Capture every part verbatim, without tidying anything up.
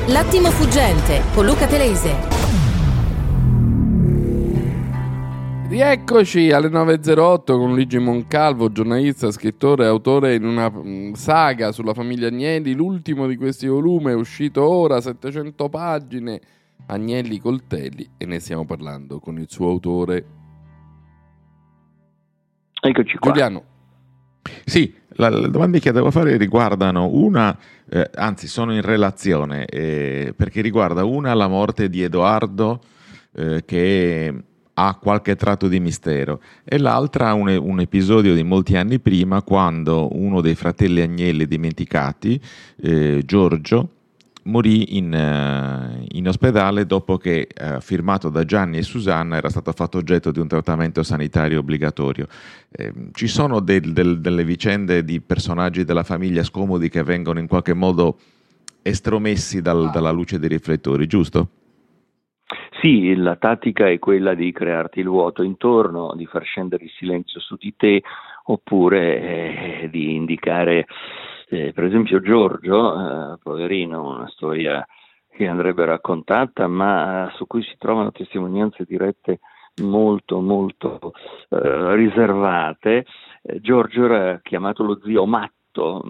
L'attimo fuggente con Luca Telese. Rieccoci alle nove e zero otto con Luigi Moncalvo, giornalista, scrittore, autore in una mh, saga sulla famiglia Agnelli. L'ultimo di questi volumi è uscito ora, settecento pagine, Agnelli Coltelli, e ne stiamo parlando con il suo autore. Eccoci qua. Giuliano. Sì, la, le domande che devo fare riguardano una, eh, anzi sono in relazione, eh, perché riguarda una la morte di Edoardo, eh, che ha qualche tratto di mistero, e l'altra un, un episodio di molti anni prima, quando uno dei fratelli Agnelli dimenticati, eh, Giorgio, morì in, uh, in ospedale dopo che, uh, firmato da Gianni e Susanna, era stato fatto oggetto di un trattamento sanitario obbligatorio. Eh, ci sono del, del, delle vicende di personaggi della famiglia scomodi che vengono in qualche modo estromessi dal, dalla luce dei riflettori, giusto? Sì, la tattica è quella di crearti il vuoto intorno, di far scendere il silenzio su di te, oppure eh, di indicare, eh, per esempio Giorgio, eh, poverino, una storia che andrebbe raccontata, ma su cui si trovano testimonianze dirette molto molto eh, riservate. Eh, Giorgio era chiamato lo zio matto,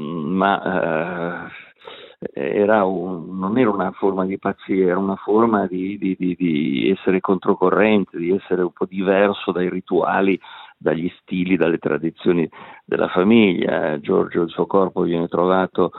ma eh, Era un, non era una forma di pazzia, era una forma di, di, di, di essere controcorrente, di essere un po' diverso dai rituali, dagli stili, dalle tradizioni della famiglia. Giorgio, il suo corpo viene trovato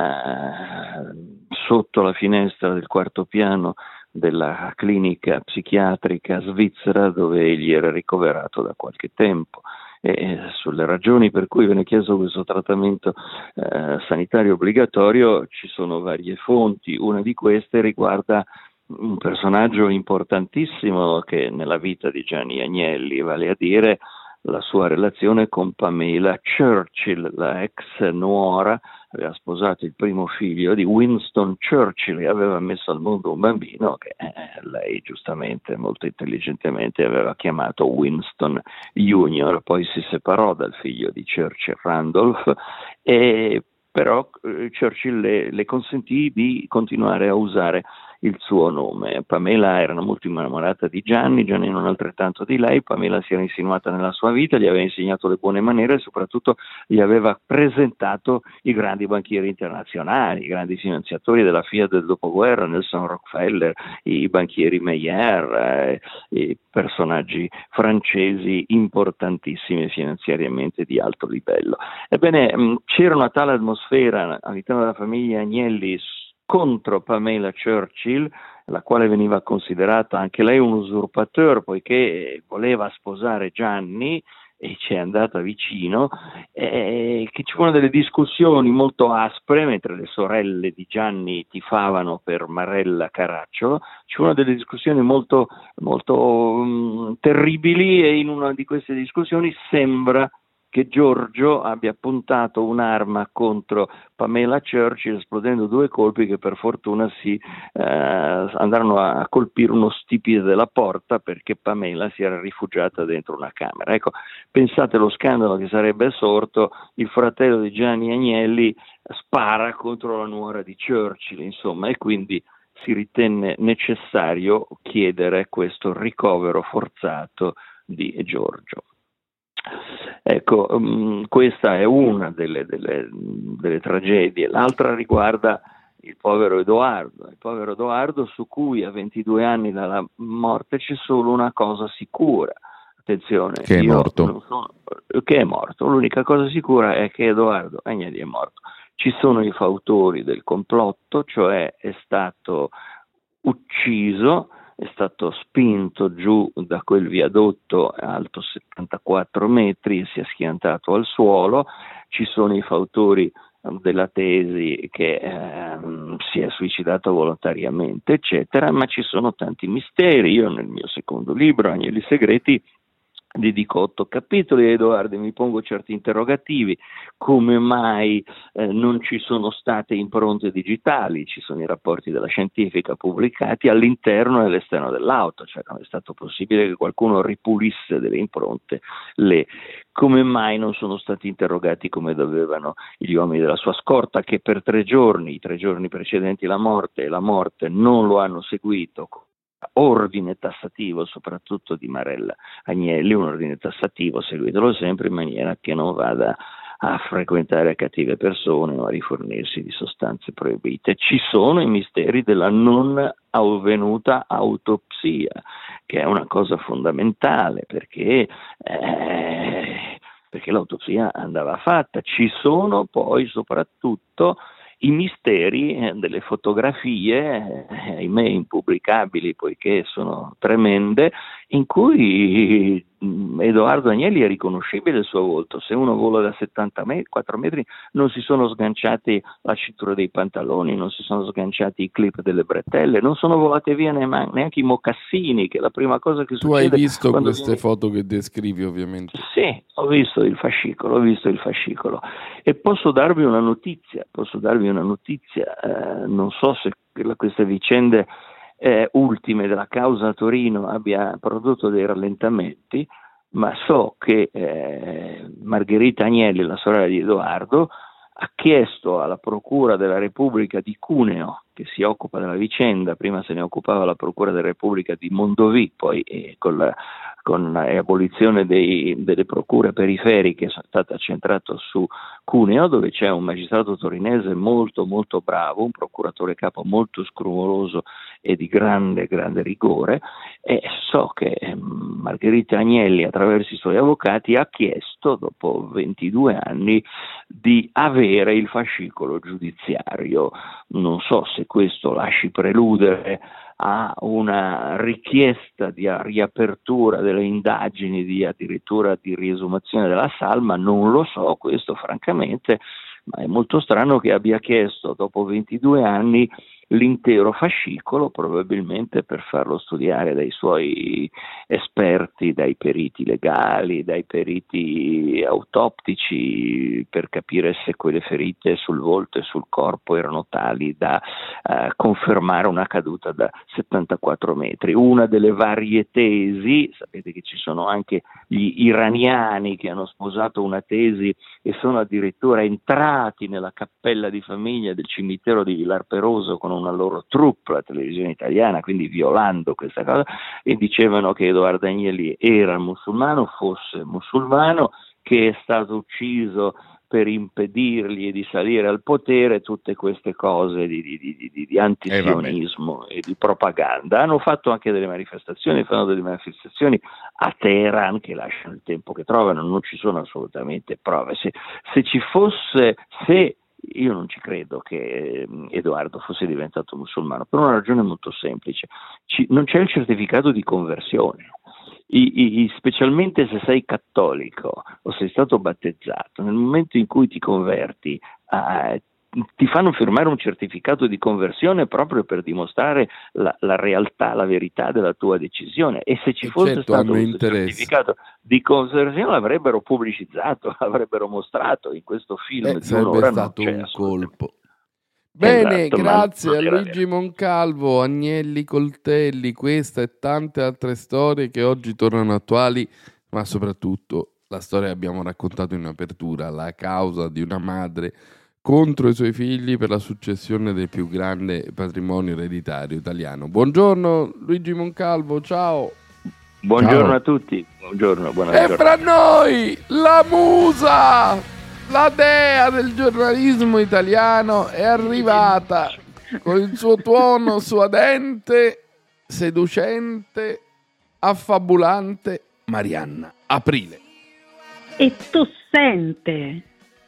eh, sotto la finestra del quarto piano della clinica psichiatrica svizzera, dove egli era ricoverato da qualche tempo. E sulle ragioni per cui viene chiesto questo trattamento eh, sanitario obbligatorio ci sono varie fonti. Una di queste riguarda un personaggio importantissimo che nella vita di Gianni Agnelli, vale a dire la sua relazione con Pamela Churchill, la ex nuora. Aveva sposato il primo figlio di Winston Churchill e aveva messo al mondo un bambino che eh, lei giustamente, molto intelligentemente, aveva chiamato Winston Junior. Poi si separò dal figlio di Churchill, Randolph, e però eh, Churchill le, le consentì di continuare a usare il suo nome. Pamela era molto innamorata di Gianni, Gianni non altrettanto di lei. Pamela si era insinuata nella sua vita, gli aveva insegnato le buone maniere e soprattutto gli aveva presentato i grandi banchieri internazionali, i grandi finanziatori della Fiat del dopoguerra, Nelson Rockefeller, i banchieri Meyer, eh, i personaggi francesi importantissimi finanziariamente di alto livello. Ebbene, mh, c'era una tale atmosfera all'interno della famiglia Agnelli contro Pamela Churchill, la quale veniva considerata anche lei un usurpateur, poiché voleva sposare Gianni e ci è andata vicino, eh, che ci furono delle discussioni molto aspre mentre le sorelle di Gianni tifavano per Marella Caracciolo. Ci furono delle discussioni molto, molto um, terribili, e in una di queste discussioni sembra che Giorgio abbia puntato un'arma contro Pamela Churchill, esplodendo due colpi che per fortuna si eh, andarono a colpire uno stipite della porta, perché Pamela si era rifugiata dentro una camera. Ecco, pensate lo scandalo che sarebbe sorto: il fratello di Gianni Agnelli spara contro la nuora di Churchill, insomma, e quindi si ritenne necessario chiedere questo ricovero forzato di Giorgio. Ecco, um, questa è una delle, delle, delle tragedie. L'altra riguarda il povero Edoardo, il povero Edoardo su cui a ventidue anni dalla morte c'è solo una cosa sicura. Attenzione, che è io morto. non sono, che è morto. L'unica cosa sicura è che Edoardo Agnelli è morto. Ci sono i fautori del complotto, cioè è stato ucciso, è stato spinto giù da quel viadotto alto settantaquattro metri e si è schiantato al suolo. Ci sono i fautori della tesi che ehm, si è suicidato volontariamente, eccetera, ma ci sono tanti misteri. Io nel mio secondo libro, Agnelli Segreti, dedico otto capitoli a Edoardo e mi pongo certi interrogativi: come mai eh, non ci sono state impronte digitali? Ci sono i rapporti della scientifica pubblicati all'interno e all'esterno dell'auto, cioè non è stato possibile che qualcuno ripulisse delle impronte. Le come mai non sono stati interrogati come dovevano gli uomini della sua scorta, che per tre giorni, i tre giorni precedenti la morte e la morte, non lo hanno seguito? Ordine tassativo, soprattutto di Marella Agnelli, un ordine tassativo, seguitelo sempre in maniera che non vada a frequentare cattive persone o a rifornirsi di sostanze proibite. Ci sono i misteri della non avvenuta autopsia, che è una cosa fondamentale, perché eh, perché l'autopsia andava fatta. Ci sono poi soprattutto i misteri delle fotografie, eh, ahimè impubblicabili poiché sono tremende, in cui Edoardo Agnelli è riconoscibile il suo volto. Se uno vola da settantaquattro metri non si sono sganciati la cintura dei pantaloni, non si sono sganciati i clip delle bretelle, non sono volate via neanche i mocassini, che è la prima cosa che tu succede. Tu hai visto queste vieni... foto che descrivi, ovviamente? Sì, ho visto il fascicolo, ho visto il fascicolo e posso darvi una notizia, posso darvi una notizia, eh, non so se queste vicende Eh, ultime della causa Torino abbia prodotto dei rallentamenti, ma so che eh, Margherita Agnelli, la sorella di Edoardo, ha chiesto alla Procura della Repubblica di Cuneo, che si occupa della vicenda, prima se ne occupava la Procura della Repubblica di Mondovì, poi eh, con la con l'abolizione dei, delle procure periferiche è stata accentrata su Cuneo, dove c'è un magistrato torinese molto molto bravo, un procuratore capo molto scrupoloso e di grande grande rigore, e so che Margherita Agnelli attraverso i suoi avvocati ha chiesto dopo ventidue anni di avere il fascicolo giudiziario. Non so se questo lasci preludere a una richiesta di riapertura delle indagini, di addirittura di riesumazione della salma, non lo so questo francamente, ma è molto strano che abbia chiesto dopo ventidue anni l'intero fascicolo, probabilmente per farlo studiare dai suoi esperti, dai periti legali, dai periti autoptici, per capire se quelle ferite sul volto e sul corpo erano tali da eh, confermare una caduta da settantaquattro metri. Una delle varie tesi, sapete che ci sono anche gli iraniani che hanno sposato una tesi e sono addirittura entrati nella cappella di famiglia del cimitero di Vilar Peroso con una loro troupe, la televisione italiana, quindi violando questa cosa, e dicevano che Edoardo Agnelli era musulmano, fosse musulmano, che è stato ucciso per impedirgli di salire al potere, tutte queste cose di, di, di, di, di antisionismo eh, e di propaganda. Hanno fatto anche delle manifestazioni, fanno delle manifestazioni a Teheran che lasciano il tempo che trovano, non ci sono assolutamente prove. Se, se ci fosse, se io non ci credo che Edoardo fosse diventato musulmano, per una ragione molto semplice: ci, non c'è il certificato di conversione. I, i, specialmente se sei cattolico o sei stato battezzato, nel momento in cui ti converti eh, ti fanno firmare un certificato di conversione proprio per dimostrare la, la realtà, la verità della tua decisione, e se ci e fosse certo, stato un certificato di conversione l'avrebbero pubblicizzato, l'avrebbero mostrato in questo film eh, di un'ora. Stato non c'è un colpo. Bene, esatto, grazie a Luigi Moncalvo, Agnelli Coltelli, questa e tante altre storie che oggi tornano attuali, ma soprattutto la storia che abbiamo raccontato in apertura, la causa di una madre contro i suoi figli per la successione del più grande patrimonio ereditario italiano. Buongiorno Luigi Moncalvo, ciao. Buongiorno ciao. a tutti, buongiorno, buona E giornata. fra noi la musa, la dea del giornalismo italiano è arrivata con il suo tuono suadente, seducente, affabulante, Marianna Aprile. E tossente.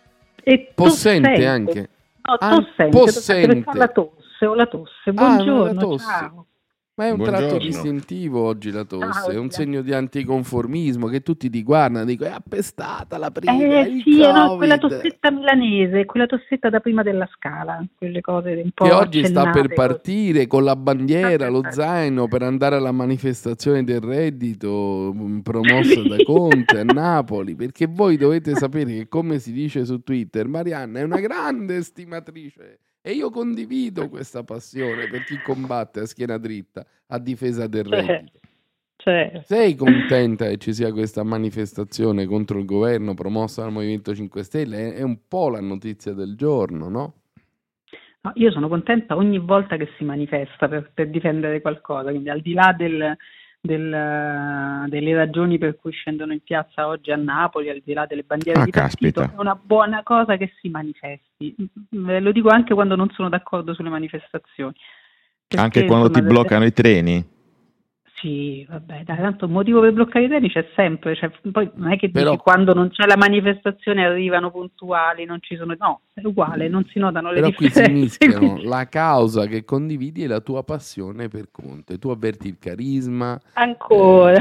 E possente tossente. anche. No, ah, tossente. possente. La tosse o la tosse. Buongiorno, ah, la tosse. ciao. Ma è un Buongiorno. tratto distintivo oggi la tosse, Ah, è un oddio. segno di anticonformismo che tutti ti guardano e dicono è appestata la prima, Eh il sì, no, quella Covid, tossetta milanese, quella tossetta da prima della Scala, quelle cose un po' che oggi sta per accennate così. partire con la bandiera, Sta lo per zaino per andare alla manifestazione del reddito mh, promossa da Conte a Napoli, perché voi dovete sapere che, come si dice su Twitter, Marianna è una grande estimatrice e io condivido questa passione per chi combatte a schiena dritta a difesa del reddito. Cioè, Sei contenta che ci sia questa manifestazione contro il governo promossa dal Movimento cinque Stelle? È un po' la notizia del giorno, no? no, io sono contenta ogni volta che si manifesta per, per difendere qualcosa, quindi al di là del, del, delle ragioni per cui scendono in piazza oggi a Napoli, al di là delle bandiere Ah, di partito, caspita. è una buona cosa che si manifesti. Mm, Lo dico anche quando non sono d'accordo sulle manifestazioni. Perché, Anche quando insomma, ti de- bloccano i treni? Sì, vabbè, dai, tanto un motivo per bloccare i treni c'è sempre, cioè, poi non è che Però- dici quando non c'è la manifestazione arrivano puntuali, non ci sono, no, è uguale, non si notano le Però qui si differenze. mischiano la causa che condividi e la tua passione per Conte. Tu avverti il carisma, Ancora.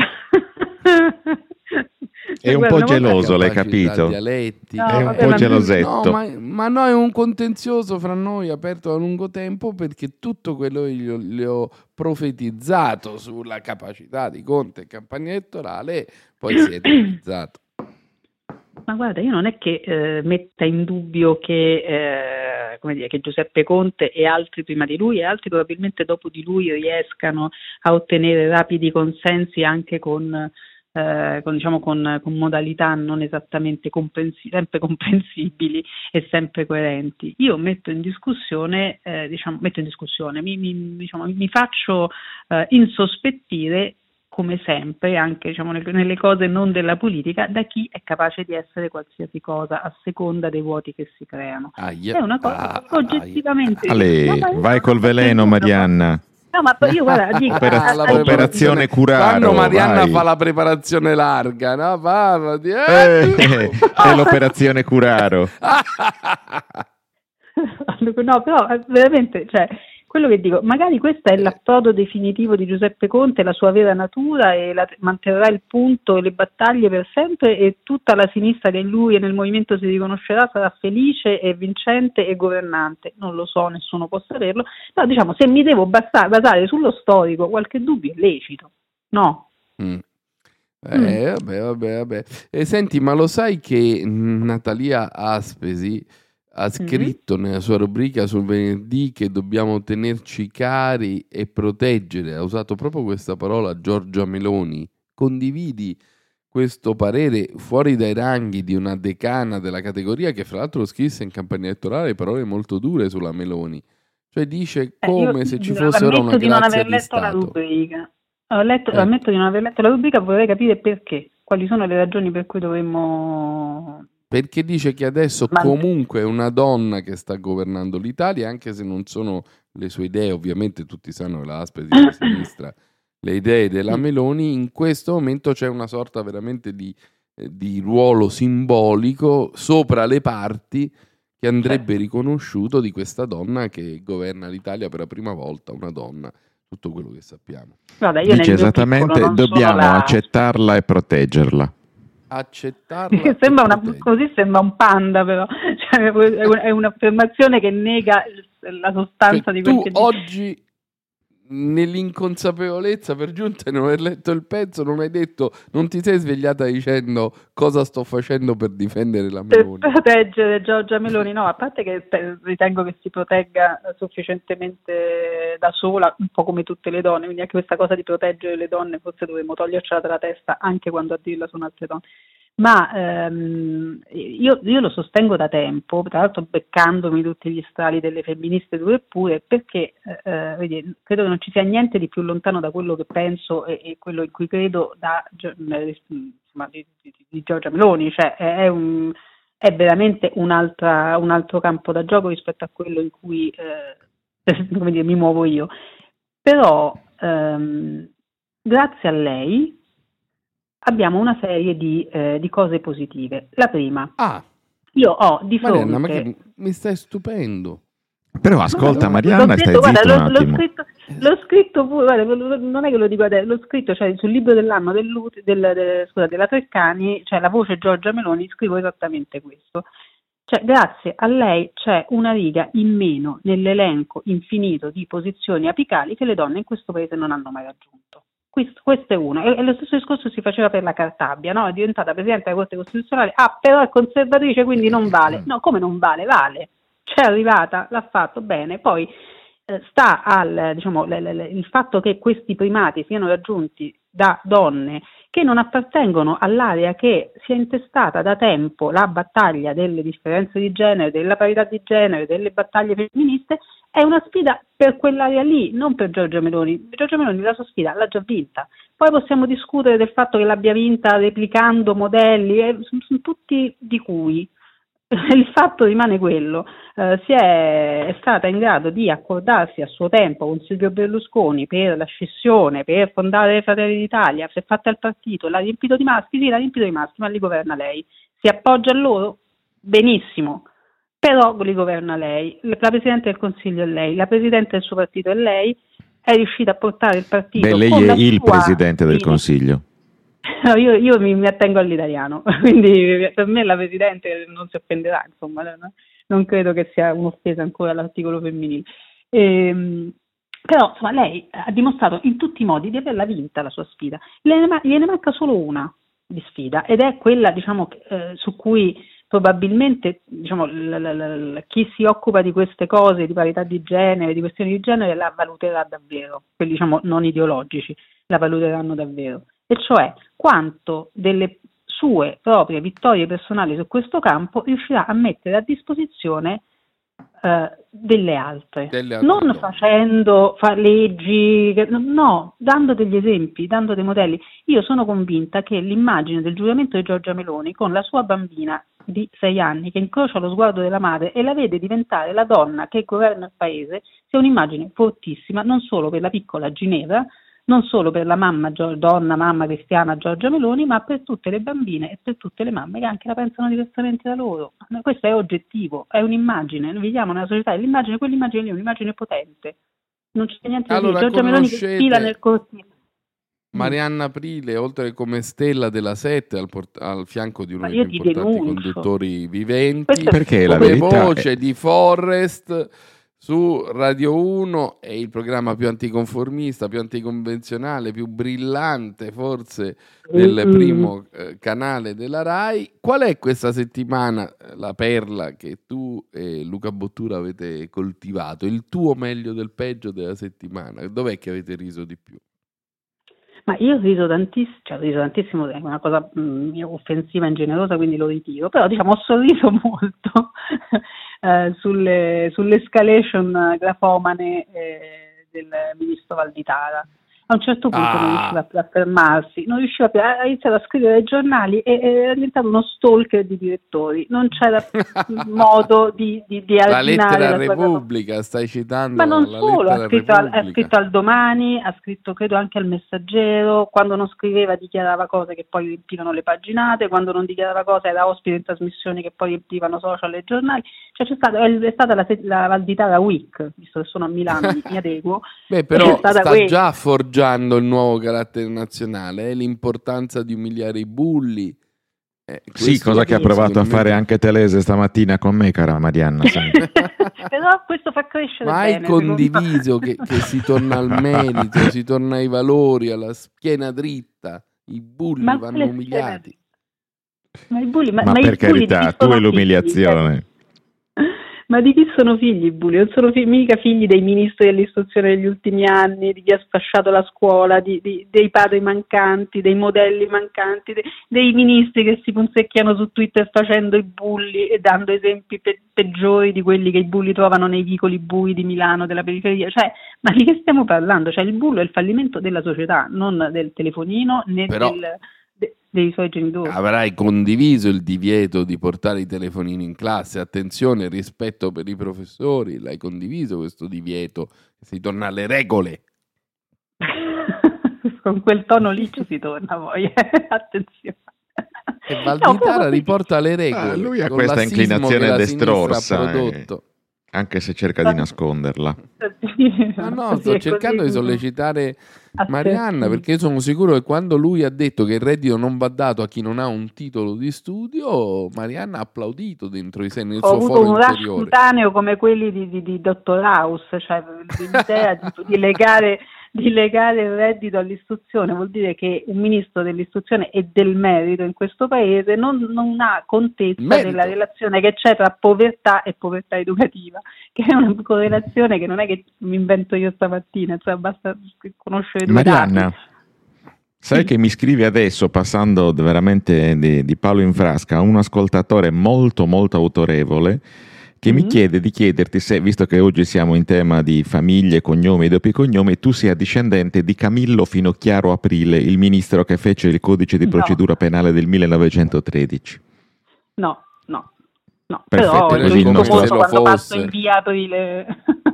È un Guarda, po' una volta- geloso, l'hai capacità capito? dialettica. No, È un vabbè, po' ma- gelosetto. No, ma, ma no, è un contenzioso fra noi aperto da lungo tempo perché tutto quello che gli ho, gli ho profetizzato sulla capacità di Conte in campagna elettorale poi si è realizzato. Ma guarda, io non è che eh, metta in dubbio che, eh, come dire, che Giuseppe Conte e altri prima di lui e altri probabilmente dopo di lui riescano a ottenere rapidi consensi anche con, eh, con, diciamo, con, con modalità non esattamente comprensi- sempre comprensibili e sempre coerenti. Io metto in discussione, eh, diciamo, metto in discussione, mi, mi, diciamo, mi faccio eh, insospettire come sempre, anche diciamo, nelle, nelle cose non della politica, da chi è capace di essere qualsiasi cosa a seconda dei vuoti che si creano. Aia, È una cosa ah, che oggettivamente... Ale, No, ma- vai col no, veleno, perché- Marianna. No, ma poi io guarda, dico... Opera- Ah, la a- a- operazione Curaro, Quando Marianna vai. fa la preparazione larga, no? Parla di... Eh, è l'operazione Curaro. No, però eh, veramente, cioè, quello che dico, magari questo è l'approdo definitivo di Giuseppe Conte, la sua vera natura e la, manterrà il punto e le battaglie per sempre e tutta la sinistra che in lui e nel movimento si riconoscerà sarà felice e vincente e governante. Non lo so, nessuno può saperlo, però diciamo se mi devo basta- basare sullo storico qualche dubbio è lecito, no? Mm. Eh, vabbè, vabbè, vabbè. E senti, ma lo sai che Natalia Aspesi ha scritto nella sua rubrica sul venerdì che dobbiamo tenerci cari e proteggere, ha usato proprio questa parola Giorgia Meloni. Condividi questo parere fuori dai ranghi di una decana della categoria che fra l'altro scrisse in campagna elettorale parole molto dure sulla Meloni, cioè dice Eh, come io se ci fosse ora ammetto una di non grazia aver di letto la Stato. rubrica. Ho letto, Ecco. Ammetto di non aver letto la rubrica, vorrei capire perché, quali sono le ragioni per cui dovremmo... Perché dice che adesso Ma- comunque è una donna che sta governando l'Italia, anche se non sono le sue idee, ovviamente tutti sanno che la Aspesi è di sinistra, le idee della Meloni, in questo momento c'è una sorta veramente di, eh, di ruolo simbolico sopra le parti che andrebbe riconosciuto di questa donna che governa l'Italia per la prima volta, una donna, tutto quello che sappiamo. Vabbè, io Dice nel mio esattamente, piccolo non dobbiamo sono la... accettarla e proteggerla. Accettarla Che sembra e una, proteggere. così sembra un panda, però cioè, è un- è un'affermazione che nega il- la sostanza Cioè, di quel tu che dice. oggi nell'inconsapevolezza per giunta di non aver letto il pezzo non hai detto, non ti sei svegliata dicendo cosa sto facendo per difendere la Per Meloni. proteggere Giorgia Meloni, no, a parte che te- ritengo che si protegga sufficientemente da sola, un po' come tutte le donne, quindi anche questa cosa di proteggere le donne forse dovremmo togliercela dalla testa anche quando a dirla sono altre donne. Ma ehm, io, io lo sostengo da tempo, tra l'altro beccandomi tutti gli strali delle femministe due e pure, perché eh, vedi, credo che non ci sia niente di più lontano da quello che penso e, e quello in cui credo da, insomma, di, di, di Giorgia Meloni, cioè è, è, un, è veramente un'altra, un altro campo da gioco rispetto a quello in cui eh, come dire, mi muovo io. Però ehm, grazie a lei abbiamo una serie di, eh, di cose positive. La prima, Ah, io ho di fronte... Marianna, ma che mi stai stupendo? Però ascolta no, Marianna, stai detto, zitto guarda, un l'ho, attimo. L'ho scritto, l'ho scritto pure, guarda, non è che lo dico adesso, l'ho scritto, cioè, sul libro dell'anno del, del, del, scusa, della Treccani, cioè la voce Giorgia Meloni, scrivo esattamente questo. Cioè, grazie a lei c'è una riga in meno nell'elenco infinito di posizioni apicali che le donne in questo paese non hanno mai raggiunto. Questo, questo è uno. E, e lo stesso discorso si faceva per la Cartabia, no? È diventata Presidente della Corte Costituzionale, ah, però è conservatrice, quindi non vale. No, come non vale? Vale. C'è arrivata, l'ha fatto bene, poi eh, sta al, diciamo, l- l- il fatto che questi primati siano raggiunti da donne che non appartengono all'area che si è intestata da tempo la battaglia delle differenze di genere, della parità di genere, delle battaglie femministe, è una sfida per quell'area lì, non per Giorgia Meloni. Giorgia Meloni la sua sfida l'ha già vinta. Poi possiamo discutere del fatto che l'abbia vinta replicando modelli, eh, sono, sono tutti di cui. Il fatto rimane quello, eh, si è, è stata in grado di accordarsi a suo tempo con Silvio Berlusconi per la scissione, per fondare Fratelli d'Italia, si è fatta il partito, l'ha riempito di maschi, sì, l'ha riempito di maschi, ma li governa lei. Si appoggia a loro? Benissimo, però li governa lei, la Presidente del Consiglio è lei, la Presidente del suo partito è lei, è riuscita a portare il partito. Beh, lei con è la il sua Presidente del linea. Consiglio. No, io, io mi, mi attengo all'italiano, quindi per me la Presidente non si offenderà, insomma, no? Non credo che sia un'offesa ancora all'articolo femminile. Ehm, però insomma lei ha dimostrato in tutti i modi di averla vinta la sua sfida. Gliene, gliene manca solo una di sfida ed è quella, diciamo, eh, su cui probabilmente, diciamo, l- l- l- chi si occupa di queste cose, di parità di genere, di questioni di genere, la valuterà davvero, quelli, diciamo, non ideologici, la valuteranno davvero. E cioè quanto delle sue proprie vittorie personali su questo campo riuscirà a mettere a disposizione eh, delle altre, Delle altre non donne. facendo fa leggi, no, dando degli esempi, dando dei modelli. Io sono convinta che l'immagine del giuramento di Giorgia Meloni con la sua bambina di sei anni che incrocia lo sguardo della madre e la vede diventare la donna che governa il paese sia un'immagine fortissima, non solo per la piccola Ginevra, non solo per la mamma, donna, mamma cristiana Giorgia Meloni, ma per tutte le bambine e per tutte le mamme che anche la pensano diversamente da loro. Questo è oggettivo, è un'immagine, noi viviamo nella società e l'immagine, quell'immagine lì è un'immagine potente. Non c'è niente da Allora, dire. Giorgia Meloni che conoscete sfila nel cortile. Marianna Aprile, oltre come stella della sette, al, port- al fianco di uno Ma dei io più ti importanti denuncio. conduttori viventi, Questo è- Perché la come verità voce è- di Forrest su Radio uno, è il programma più anticonformista, più anticonvenzionale, più brillante forse del Mm. primo eh, canale della Rai. Qual è questa settimana eh, la perla che tu e Luca Bottura avete coltivato? Il tuo meglio del peggio della settimana? Dov'è che avete riso di più? Ma io ho riso tantissimo, cioè ho riso tantissimo, è una cosa mh, offensiva e ingenerosa, quindi lo ritiro, però diciamo ho sorriso molto eh, sulle, sull'escalation grafomane eh, del ministro Valditara. A un certo punto Ah. non riusciva più a fermarsi, non riusciva più, ha iniziato a scrivere ai giornali e è diventato uno stalker di direttori, non c'era modo di, di, di La arginare lettera a la sua Repubblica, stai citando Ma non la solo, lettera ha scritto, al, ha Repubblica. scritto al Domani, ha scritto credo anche al Messaggero, quando non scriveva dichiarava cose che poi riempivano le paginate, quando non dichiarava cose era ospite in trasmissioni che poi riempivano social e giornali, cioè c'è stato, è, è stata la, la Valditara Week, visto che sono a Milano, mi, mi adeguo. Beh, È però stata sta questa. già forgiando il nuovo carattere nazionale, eh, l'importanza di umiliare i bulli. Eh, Sì, questo cosa che ha provato a secondo me- fare anche Telese stamattina con me, cara Marianna. sai. Però questo fa crescere Ma hai bene. secondo me. condiviso che, che si torna al merito, si torna ai valori, alla schiena dritta. I bulli Ma vanno quale umiliati. Ma i bulli, ma, Ma ma i per bulli di carità, chi tu sono e l'umiliazione. figli? Ma di chi sono figli i bulli? Non sono fi- mica figli dei ministri dell'istruzione degli ultimi anni, di chi ha sfasciato la scuola, di, di- dei padri mancanti, dei modelli mancanti, de- dei ministri che si punzecchiano su Twitter facendo i bulli e dando esempi pe- peggiori di quelli che i bulli trovano nei vicoli bui di Milano, della periferia. Cioè, ma di che stiamo parlando? Cioè, il bullo è il fallimento della società, non del telefonino né Però- del, de- dei suoi genitori. Avrai condiviso il divieto di portare i telefonini in classe. Attenzione, rispetto per i professori. L'hai condiviso questo divieto? Si torna alle regole. Con quel tono lì ci si torna poi, eh. Attenzione. E No, Valditara però- riporta le regole. Ah, lui ha con questa l'assismo inclinazione che la sinistra destrorsa, ha eh. prodotto. Anche se cerca di nasconderla. Ma no, sto cercando di sollecitare Marianna, perché sono sicuro che quando lui ha detto che il reddito non va dato a chi non ha un titolo di studio, Marianna ha applaudito dentro di sé, nel Ho suo avuto foro un rush interiore. spontaneo come quelli di, di, di Dottor House, cioè l'idea di, di legare di legare il reddito all'istruzione vuol dire che un ministro dell'istruzione e del merito in questo paese non, non ha contezza Merito. della relazione che c'è tra povertà e povertà educativa, che è una correlazione che non è che mi invento io stamattina, cioè basta conoscere due Marianna, dati. sai che mi scrive adesso, passando veramente di, di palo in frasca, un ascoltatore molto molto autorevole che Mm-hmm. mi chiede di chiederti se, visto che oggi siamo in tema di famiglie, cognomi e doppi cognomi, tu sia discendente di Camillo Finocchiaro Aprile, il ministro che fece il codice di procedura No. penale del millenovecentotredici. No, no, no. Perfetto, Però così il tutto nostro- molto quando fosse. passo in via Aprile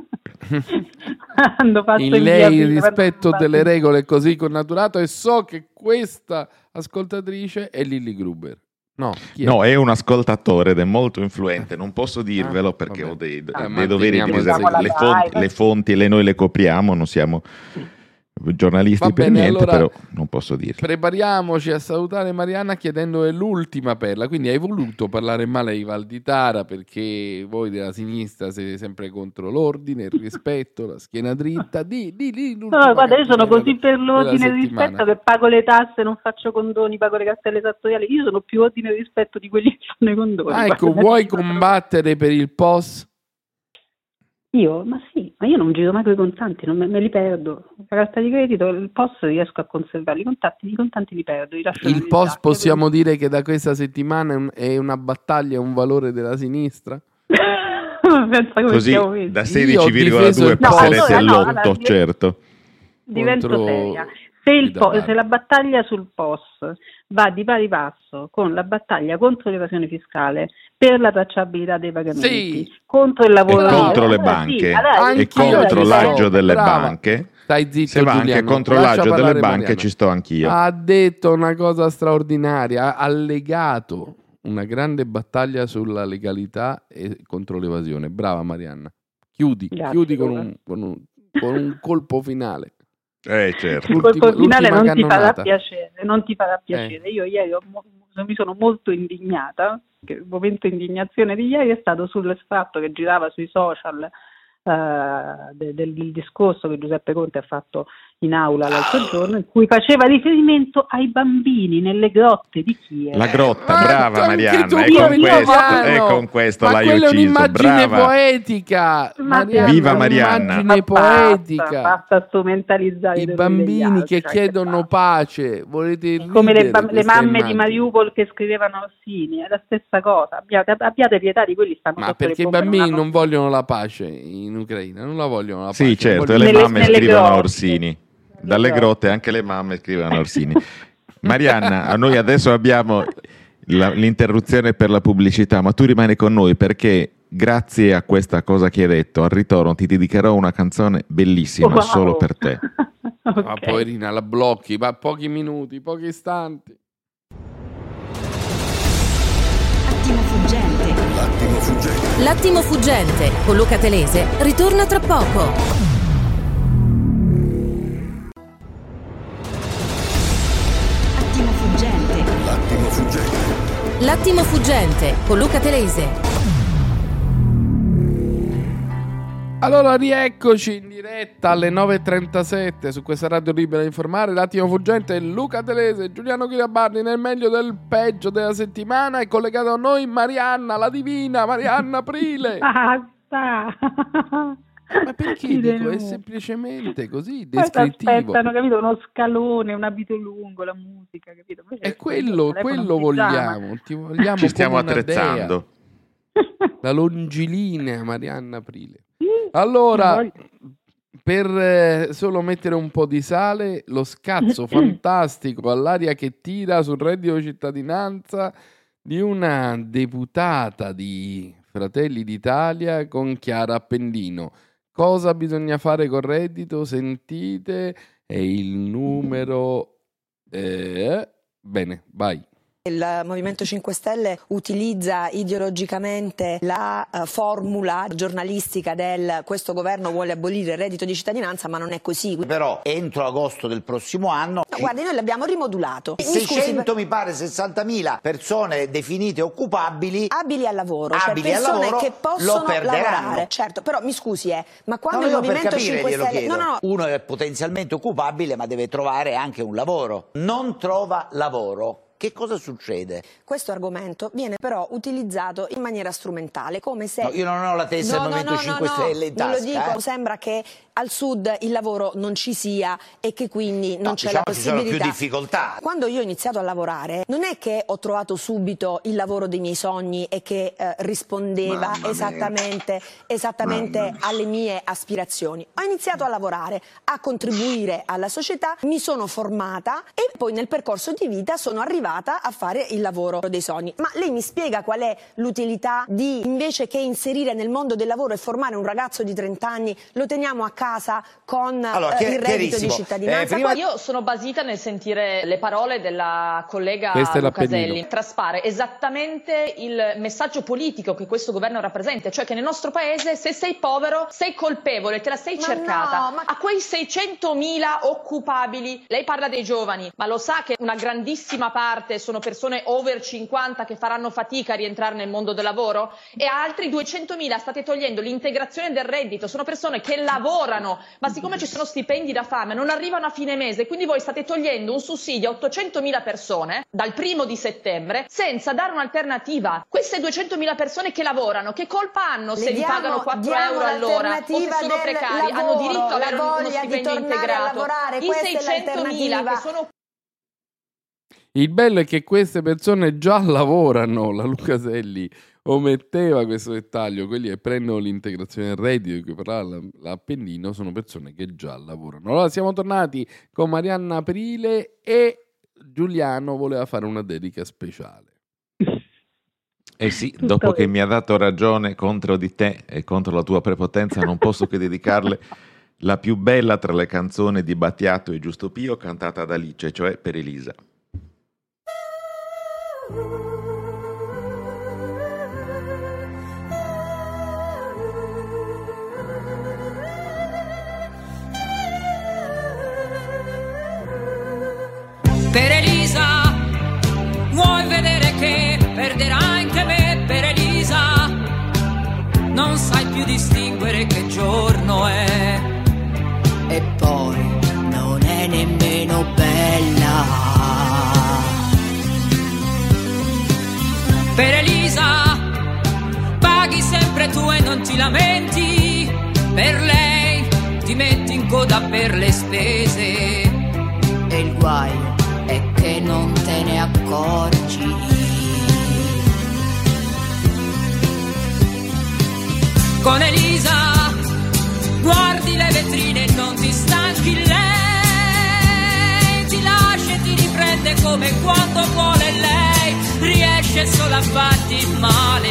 quando passo in, In via lei Aprile, il rispetto quando delle passo- regole è così connaturato, e so che questa ascoltatrice è Lilli Gruber. No, chi è? No, è un ascoltatore ed è molto influente, non posso dirvelo Ah, perché vabbè. ho dei, Ah, dei doveri di manteniamo il riserva. Le segreto. fonti, le fonti le noi le copriamo, non siamo giornalisti Va per bene, niente, allora però non posso dirlo. Prepariamoci a salutare Marianna chiedendole l'ultima perla. Quindi hai voluto parlare male di Valditara perché voi della sinistra siete sempre contro l'ordine, il rispetto, la schiena dritta. Di, di, di l'ultima No, guarda, io sono cattiveria così per della l'ordine e il settimana. rispetto che pago le tasse, non faccio condoni, pago le cartelle esattoriali. Io sono più ordine e rispetto di quelli che fanno i condoni. Ah, ecco, Guarda, vuoi io sono- combattere per il P O S? Io? Ma sì, ma io non giro mai con i contanti, non me, me li perdo. La carta di credito, il P O S riesco a conservarli, i contanti, i contanti li perdo, li lascio Il nelle P O S giacche. possiamo dire che da questa settimana è un- è una battaglia, un valore della sinistra? Pensa come Così siamo messi. da Io ho sedici virgola difeso due il passerete No, allora, no, all'otto, allora, certo. Divento contro seria. Se, il Guida po- Bardi. se la battaglia sul P O S va di pari passo con la battaglia contro l'evasione fiscale, per la tracciabilità dei pagamenti, Sì. contro il lavoro, E contro nero, le allora banche, sì, allora- Anch'io e contro ci l'aggio sto. delle Brava. banche. Stai zitto, Se va anche Giuliano. contro Lascia l'aggio delle parlare banche Marianna. ci sto anch'io. Ha detto una cosa straordinaria, ha legato una grande battaglia sulla legalità e contro l'evasione. Brava Marianna. Chiudi, Grazie, chiudi con Luca. un, con, un, con un colpo finale. Eh, certo. il L'ultima- colpo finale l'ultima non ti farà cannonata. piacere, non ti farà Eh. piacere. Io ieri ho mo- mi sono molto indignata, che il momento di indignazione di ieri è stato sul fatto che girava sui social eh, de- del, del discorso che Giuseppe Conte ha fatto in aula l'altro giorno, in cui faceva riferimento ai bambini nelle grotte di Kiev. La grotta, Ma brava anche Marianna, tu, e con io questo, Milano. e con questo Ma l'hai quella è ucciso. un'immagine Brava. poetica. Ma Marianna, Viva è Marianna. un'immagine Ma basta, poetica. basta strumentalizzare I degli bambini altri, che cioè, chiedono basta. pace, volete Come le, ridere bam- le questa mamme immagine? di Mariupol che scrivevano Orsini, è la stessa cosa. Abbiate, abbiate pietà di quelli che stanno Ma sotto le perché i bombe, bambini non non hanno- vogliono la pace in Ucraina, non la vogliono la pace. Sì, non certo, e vogliono- le Nelle- mamme nelle scrivono a grotte. Orsini. Nelle Dalle grotte. grotte anche le mamme scrivono a Orsini. Marianna, a noi adesso abbiamo la- l'interruzione per la pubblicità, ma tu rimani con noi perché grazie a questa cosa che hai detto, al ritorno ti dedicherò una canzone bellissima Wow. solo per te. Ok. Ma poverina, la blocchi, ma pochi minuti, pochi istanti. Attimo fuggente. L'attimo fuggente. L'attimo fuggente con Luca Telese ritorna tra poco. Attimo fuggente. L'attimo fuggente. L'attimo fuggente con Luca Telese. Allora rieccoci in diretta alle nove e trentasette su questa radio libera a informare. L'attimo fuggente, Luca Telese, Giuliano Chirabardi nel meglio del peggio della settimana. È collegato a noi Marianna, la divina Marianna Aprile. Basta. Ma perché Sì, dico? È no. semplicemente così, Poi si descrittivo. aspettano, capito? Uno scalone, un abito lungo, la musica, capito? Invece È il quello, telefono quello in pigiama. vogliamo. Ti vogliamo Ci stiamo come una attrezzando. dea. La longilinea Marianna Aprile. Sì, Allora, voglio. per eh, solo mettere un po' di sale, lo scazzo fantastico all'aria che tira sul reddito di cittadinanza di una deputata di Fratelli d'Italia con Chiara Appendino. Cosa bisogna fare col reddito? Sentite, è il numero... eh, bene, vai. Il Movimento cinque Stelle utilizza ideologicamente la uh, formula giornalistica del questo governo vuole abolire il reddito di cittadinanza, ma non è così. Però entro agosto del prossimo anno... No, guardi, noi l'abbiamo rimodulato. seicento, mi pare, sessantamila persone definite occupabili... Abili al lavoro, abili cioè persone al lavoro, che possono lo perderanno. lavorare. Certo, però mi scusi, eh, ma quando no, il Movimento per capire, cinque Stelle... chiedo. No, no, no. Uno è potenzialmente occupabile, ma deve trovare anche un lavoro. Non trova lavoro. Che cosa succede? Questo argomento viene però utilizzato in maniera strumentale, come se... No, io non ho la testa no, del Movimento no, no, cinque no, Stelle in tasca. Non lo dico, eh? sembra che al sud il lavoro non ci sia e che quindi non no, c'è diciamo la possibilità. Ci sono più difficoltà. Quando io ho iniziato a lavorare non è che ho trovato subito il lavoro dei miei sogni e che eh, rispondeva Mamma esattamente, esattamente alle mie aspirazioni. Ho iniziato a lavorare, a contribuire alla società, mi sono formata e poi nel percorso di vita sono arrivata a fare il lavoro dei sogni. Ma lei mi spiega qual è l'utilità di, invece che inserire nel mondo del lavoro e formare un ragazzo di trenta anni, lo teniamo a casa con allora, eh, il reddito di cittadinanza? Eh, prima... Io sono basita nel sentire le parole della collega Lucaselli. Traspare esattamente il messaggio politico che questo governo rappresenta, cioè che nel nostro paese se sei povero sei colpevole, te la sei ma cercata. No, ma... A quei seicentomila occupabili, lei parla dei giovani, ma lo sa che una grandissima parte sono persone over cinquanta che faranno fatica a rientrare nel mondo del lavoro? E a altri duecentomila state togliendo l'integrazione del reddito, sono persone che lavorano, ma siccome ci sono stipendi da fame non arrivano a fine mese, quindi voi state togliendo un sussidio a ottocentomila persone dal primo di settembre senza dare un'alternativa. Queste duecentomila persone che lavorano, che colpa hanno se vi pagano quattro euro all'ora o se sono precari? Lavoro, hanno diritto ad avere la uno stipendio integrato. I seicentomila che sono... Il bello è che queste persone già lavorano, la Lucaselli ometteva questo dettaglio, quelli che prendono l'integrazione del reddito di cui parlava l'Appennino sono persone che già lavorano. Allora siamo tornati con Marianna Aprile e Giuliano voleva fare una dedica speciale. Eh sì, dopo che mi ha dato ragione contro di te e contro la tua prepotenza, non posso che dedicarle la più bella tra le canzoni di Battiato e Giusto Pio cantata da Alice, cioè per Elisa. Per Elisa, vuoi vedere che perderai anche me? Per Elisa, non sai più distinguere che giorno è. E poi non è nemmeno bella. Per Elisa, paghi sempre tu e non ti lamenti. Per lei ti metti in coda per le spese. E il guaio è che non te ne accorgi. Con Elisa guardi le vetrine e non ti stanchi. Lei ti lascia e ti riprende come quando vuole lei. Riesce solo a farti male.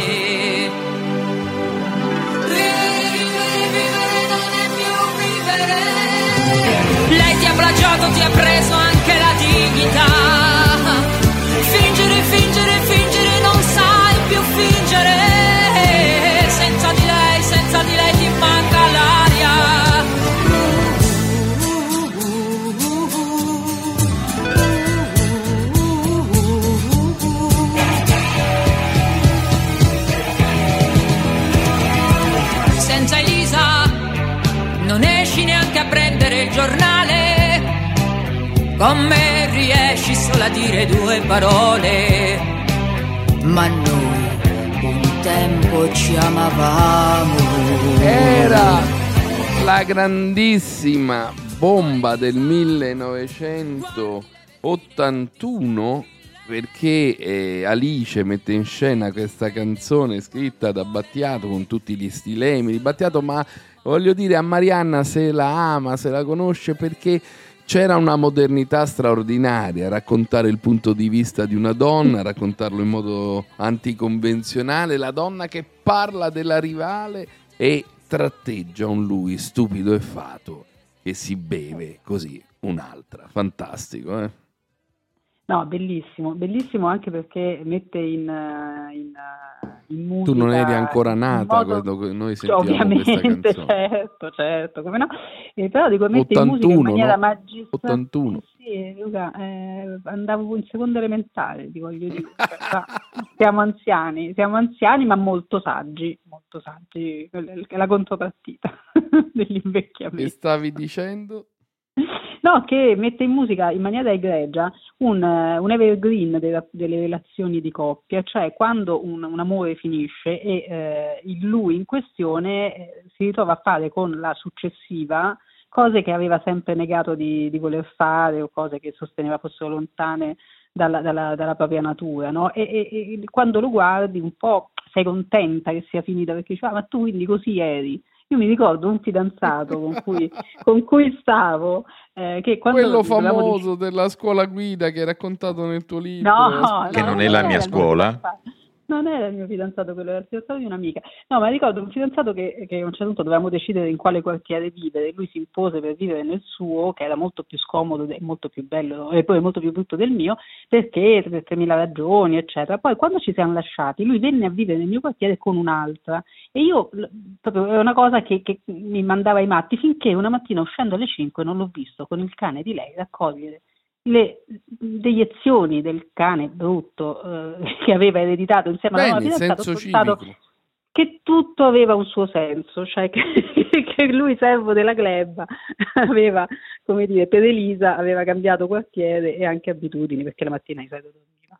Vivere, vivere non è più vivere. Lei ti ha plagiato, ti ha preso anche la dignità. Fingere, fingere, fingere, non sai più fingere. Senza di lei, senza di lei ti manca l'aria. Senza Elisa non esci neanche a prendere il giornale. Con me riesci solo a dire due parole. Ma noi un tempo ci amavamo. Era la grandissima bomba del millenovecentottantuno, perché eh, Alice mette in scena questa canzone scritta da Battiato con tutti gli stilemi di Battiato, ma voglio dire a Marianna se la ama, se la conosce, perché c'era una modernità straordinaria, raccontare il punto di vista di una donna, raccontarlo in modo anticonvenzionale, la donna che parla della rivale e tratteggia un lui stupido e fato che si beve così un'altra. Fantastico, eh? No, bellissimo, bellissimo anche perché mette in, in, in musica. Tu non eri ancora nata modo, quando noi cioè, sentivamo questa canzone. Certo, certo, come no? E però dico, mette ottantuno, in musica in maniera no? magistrale. ottantuno. Sì, Luca, eh, andavo in seconda elementare, ti voglio dire. Siamo anziani, siamo anziani ma molto saggi, molto saggi, la contropartita dell'invecchiamento. E stavi dicendo? No, che mette in musica in maniera egregia un, un evergreen della, delle relazioni di coppia, cioè quando un, un amore finisce e eh, il lui in questione eh, si ritrova a fare con la successiva cose che aveva sempre negato di, di voler fare o cose che sosteneva fossero lontane dalla, dalla, dalla propria natura, no? E, e, e quando lo guardi un po' sei contenta che sia finita perché dici, ah, ma tu quindi così eri. Io mi ricordo un fidanzato con cui, con cui stavo, eh, che quando quello famoso di... della scuola guida che hai raccontato nel tuo libro. No, che no, non è la mia scuola. Non era il mio fidanzato, quello era il fidanzato di un'amica. No, ma ricordo un fidanzato che, che a un certo punto dovevamo decidere in quale quartiere vivere. Lui si impose per vivere nel suo, che era molto più scomodo e molto più bello, e poi molto più brutto del mio, perché per tremila ragioni, eccetera. Poi quando ci siamo lasciati, lui venne a vivere nel mio quartiere con un'altra. E io, proprio, era una cosa che, che mi mandava ai matti, finché una mattina uscendo alle cinque non l'ho visto con il cane di lei raccogliere le deiezioni del cane brutto eh, che aveva ereditato insieme alla nuova fidanzata, che tutto aveva un suo senso, cioè che, che lui, servo della gleba, aveva, come dire, per Elisa aveva cambiato quartiere e anche abitudini, perché la mattina di solito dormiva.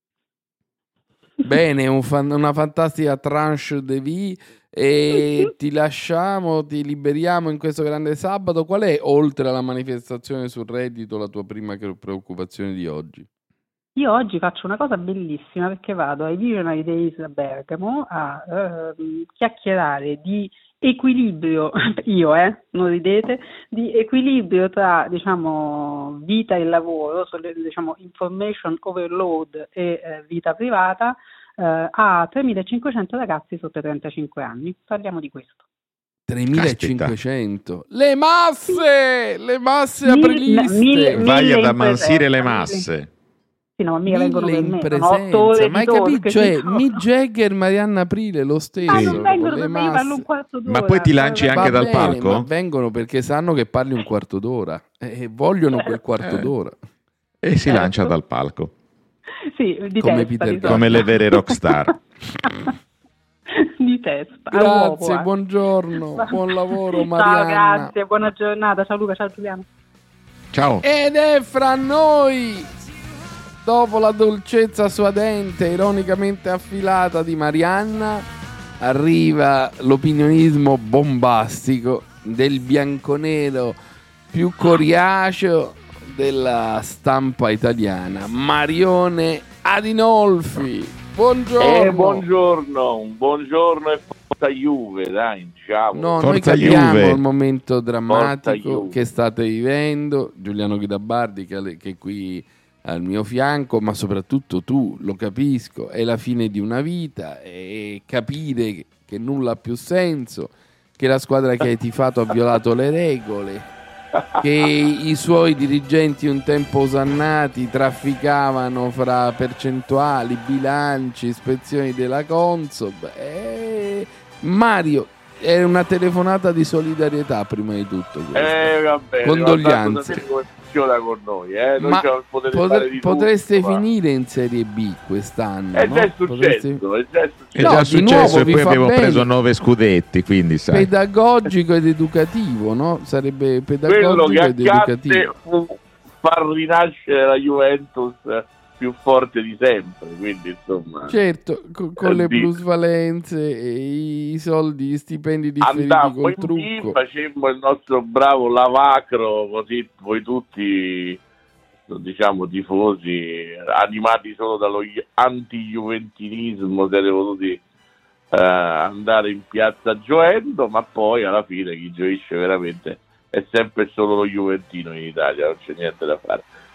Bene, un fan, una fantastica tranche de vie. E ti lasciamo, ti liberiamo in questo grande sabato. Qual è, oltre alla manifestazione sul reddito, la tua prima preoccupazione di oggi? Io oggi faccio una cosa bellissima perché vado ai Visionary Days a Bergamo a uh, chiacchierare di equilibrio, io eh, non ridete, di equilibrio tra, diciamo, vita e lavoro, diciamo information overload e eh, vita privata, Uh, a tremilacinquecento ragazzi sotto i trentacinque anni. Parliamo di questo. tremilacinquecento Le masse! Le masse apriliste! Mille, Vai ad ammansire le masse. Sì, no, ma mica vengono per in me. Presenza. Ma hai capito? Cioè, Mick Jagger, Marianna Aprile, lo stesso. Ma non vengono per me, io parlo un quarto d'ora. Ma poi ti lanci Va anche Va dal bene, palco? Ma vengono perché sanno che parli un quarto d'ora e vogliono quel quarto Eh. d'ora. E si Certo. lancia dal palco. Sì, di Come testa, Peter di Pan. Come le vere rockstar. di testa. a uovo, Grazie, eh. buongiorno, buon lavoro Ciao, Marianna. grazie, buona giornata. Ciao Luca, ciao Giuliano. Ciao. Ed è fra noi, dopo la dolcezza suadente, ironicamente affilata di Marianna, arriva l'opinionismo bombastico del bianconero più coriaceo della stampa italiana, Marione Adinolfi. Buongiorno. Eh, buongiorno, un buongiorno e forza Juve, dai, diciamo. No, noi Forza capiamo Juve. il momento drammatico Forza Juve. che state vivendo, Giuliano Guidabardi che, che è qui al mio fianco, ma soprattutto tu, lo capisco, è la fine di una vita e capire che nulla ha più senso, che la squadra che hai tifato ha violato le regole, che i suoi dirigenti un tempo osannati trafficavano fra percentuali, bilanci, ispezioni della Consob. E Mario, è una telefonata di solidarietà prima di tutto questa. Eh, vabbè, Condoglianze. guarda, come funziona con noi, eh? Noi Ma c'è il potere di potre- fare di potreste tutto, ma- finire in Serie B quest'anno, È no? già Potreste- successo, è già È successo. No, già di successo nuovo e vi poi fa abbiamo bene. preso nove scudetti, quindi sai. Pedagogico ed educativo, no? Sarebbe Quello pedagogico che ed accadde educativo. fu far rinascere la Juventus più forte di sempre, quindi insomma Certo, co- con le Dico. plusvalenze e i soldi, gli stipendi differiti andammo col in B, trucco. facemmo il nostro bravo lavacro, così voi tutti, diciamo, tifosi animati solo dallo i- anti-juventinismo siete voluti eh, andare in piazza gioendo, ma poi alla fine chi gioisce veramente è sempre solo lo juventino in Italia, non c'è niente da fare.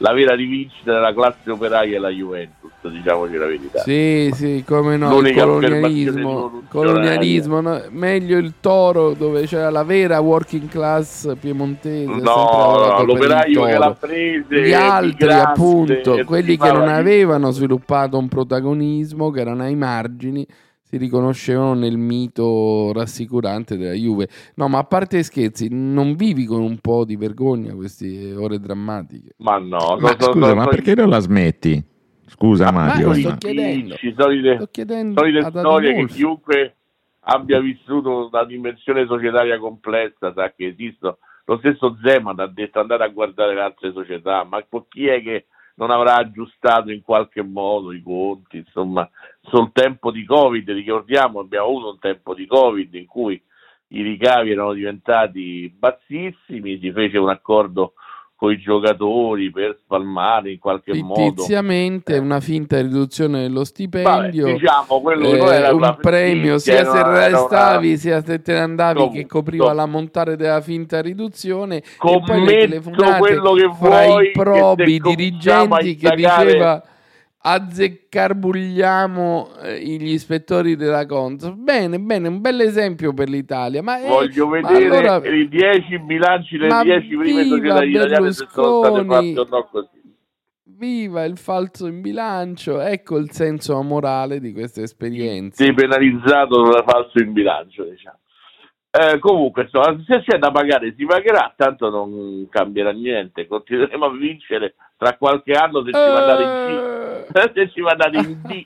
la vera rivincita della classe operaia è la Juventus, diciamoci la verità. Sì, sì, come no, il L'unica colonialismo, colonialismo no? Meglio il Toro, dove c'era la vera working class piemontese. No, no, l'operaio che l'ha presa, gli altri migrante, appunto, quelli che non la- avevano sviluppato un protagonismo, che erano ai margini, si riconoscevano nel mito rassicurante della Juve. No, ma a parte scherzi, non vivi con un po' di vergogna queste ore drammatiche? Ma no, Ma so- so- scusa, so- ma so- perché non la smetti? Scusa Mario. lo sto ma- chiedendo. Ci solite, Sto chiedendo solite ad storie che Adolfo. chiunque abbia vissuto una dimensione societaria complessa sa che esistono. Lo stesso Zeman ha detto andate a guardare le altre società, ma chi è che non avrà aggiustato in qualche modo i conti? Insomma, sul tempo di Covid, ricordiamo, abbiamo avuto un tempo di Covid in cui i ricavi erano diventati bassissimi, si fece un accordo con i giocatori per spalmare in qualche modo Fittiziamente una finta riduzione dello stipendio, Vabbè, diciamo, quello che eh, non era una un premio sia fittizia, se era- era restavi una- sia se te ne andavi, Comunque, che copriva comunque. l'ammontare della finta riduzione, e Commetto poi le telefonate quello che fra vuoi, i probi che se dirigenti cominciamo a che indagare- diceva azzeccarbugliamo eh, gli ispettori della Consob. Bene, bene, un bel esempio per l'Italia, ma eh, Voglio ma vedere allora- i dieci bilanci delle ma dieci prime viva società italiane se sono state Berlusconi! fatte o no così. Viva il falso in bilancio, ecco il senso amorale di queste esperienze. Depenalizzato da falso in bilancio, diciamo. Eh, comunque, insomma, se c'è da pagare si pagherà, tanto non cambierà niente, continueremo a vincere tra qualche anno se ci mandate in D. Se ci mandate in D.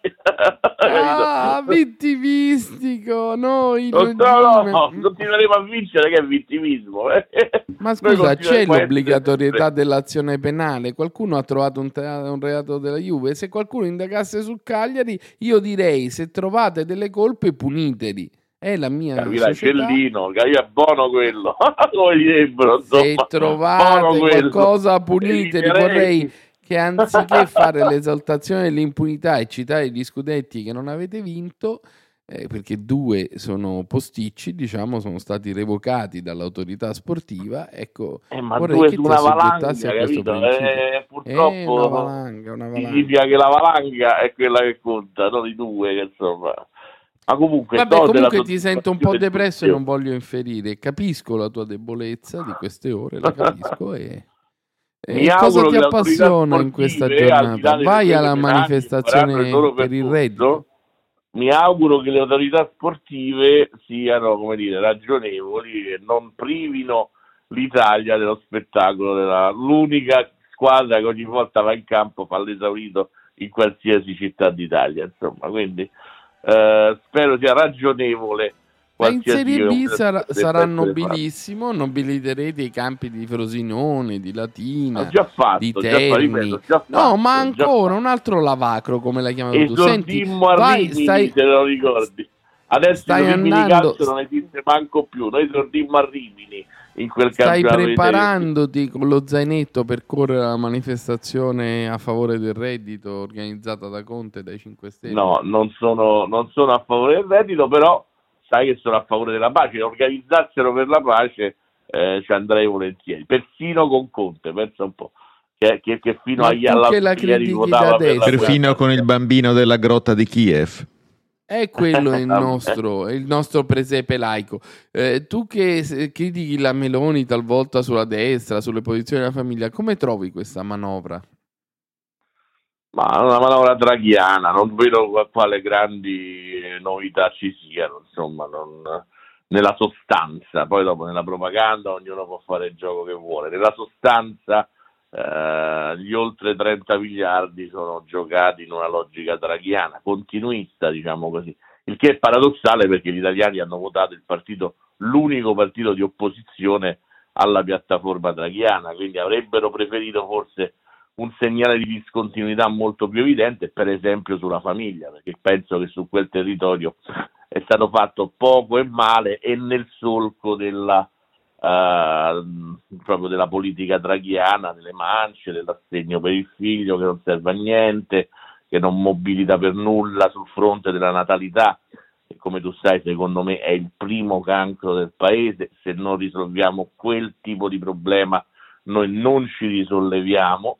Ah, vittimistico, noi No, regime. no, no, continueremo a vincere, che è vittimismo. eh. Ma Noi scusa, c'è continueremo a l'obbligatorietà essere- dell'azione penale? Qualcuno ha trovato un, te- un reato della Juve? Se qualcuno indagasse su Cagliari, io direi, se trovate delle colpe, puniteli. È la mia Capirà, società. Cellino, che è buono quello. Come direbbero, Se insomma, trovate buono quello. qualcosa, puniteli. Eviterei- Vorrei che anziché fare l'esaltazione dell'impunità e citare gli scudetti che non avete vinto, eh, perché due sono posticci, diciamo, sono stati revocati dall'autorità sportiva, ecco, Eh, ma vorrei due che su ti una valanga, assoggettassi a questo capito? principio. Eh, purtroppo Eh, una valanga, una valanga. significa che la valanga è quella che conta, non i due, che insomma. Ma comunque, Vabbè, so della comunque ti sento un po' soddisfazione depresso e tua. non voglio inferire. Capisco la tua debolezza di queste ore, la capisco. E, Mi e cosa auguro ti che le autorità appassiona in questa sportive, al di là giornata? delle Vai quelle alla penali, faranno manifestazione il loro per il percorso. reddito. Mi auguro che le autorità sportive siano, come dire, ragionevoli e non privino l'Italia dello spettacolo della l'unica squadra che ogni volta va in campo fa l'esaurito in qualsiasi città d'Italia, insomma, quindi eh, spero sia ragionevole. Ma in qualsiasi Serie B operazione sarà, che sarà debba essere fatta. nobilissimo, nobiliterete i campi di Frosinone, di Latina, Ho già fatto, di già fa- Terni. ripeto, già No, fatto, ma già ancora un altro lavacro, come l'hai chiamato tu. Senti, Esordimmo a vai, Rimini, stai, se lo ricordi. Adesso stai il Rimini andando- calcio non esiste manco più, noi esordimmo a Rimini in quel stai campionato di preparandoti con lo zainetto per correre alla manifestazione a favore del reddito organizzata da Conte e dai cinque Stelle? No, non sono, non sono a favore del reddito, però sai che sono a favore della pace. Organizzassero per la pace, eh, ci andrei volentieri, persino con Conte, pensa un po', che, che, che fino Ma agli tu che la all'altro ieri critichi votava da per la destra. guerra. Perfino con il bambino della grotta di Kiev. È quello il Vabbè. nostro, il nostro presepe laico. Eh, tu che se- critichi la Meloni talvolta sulla destra, sulle posizioni della famiglia, come trovi questa manovra? Ma una manovra draghiana, non vedo qua- quale grandi eh, novità ci siano, insomma, non, nella sostanza. Poi dopo nella propaganda ognuno può fare il gioco che vuole. Nella sostanza eh, gli oltre trenta miliardi sono giocati in una logica draghiana, continuista, diciamo così. Il che è paradossale perché gli italiani hanno votato il partito, l'unico partito di opposizione alla piattaforma draghiana, quindi avrebbero preferito forse un segnale di discontinuità molto più evidente, per esempio sulla famiglia, perché penso che su quel territorio è stato fatto poco e male e nel solco della, eh, proprio della politica draghiana, delle mance, dell'assegno per il figlio che non serve a niente, che non mobilita per nulla sul fronte della natalità, e come tu sai secondo me è il primo cancro del paese. Se non risolviamo quel tipo di problema noi non ci risolleviamo.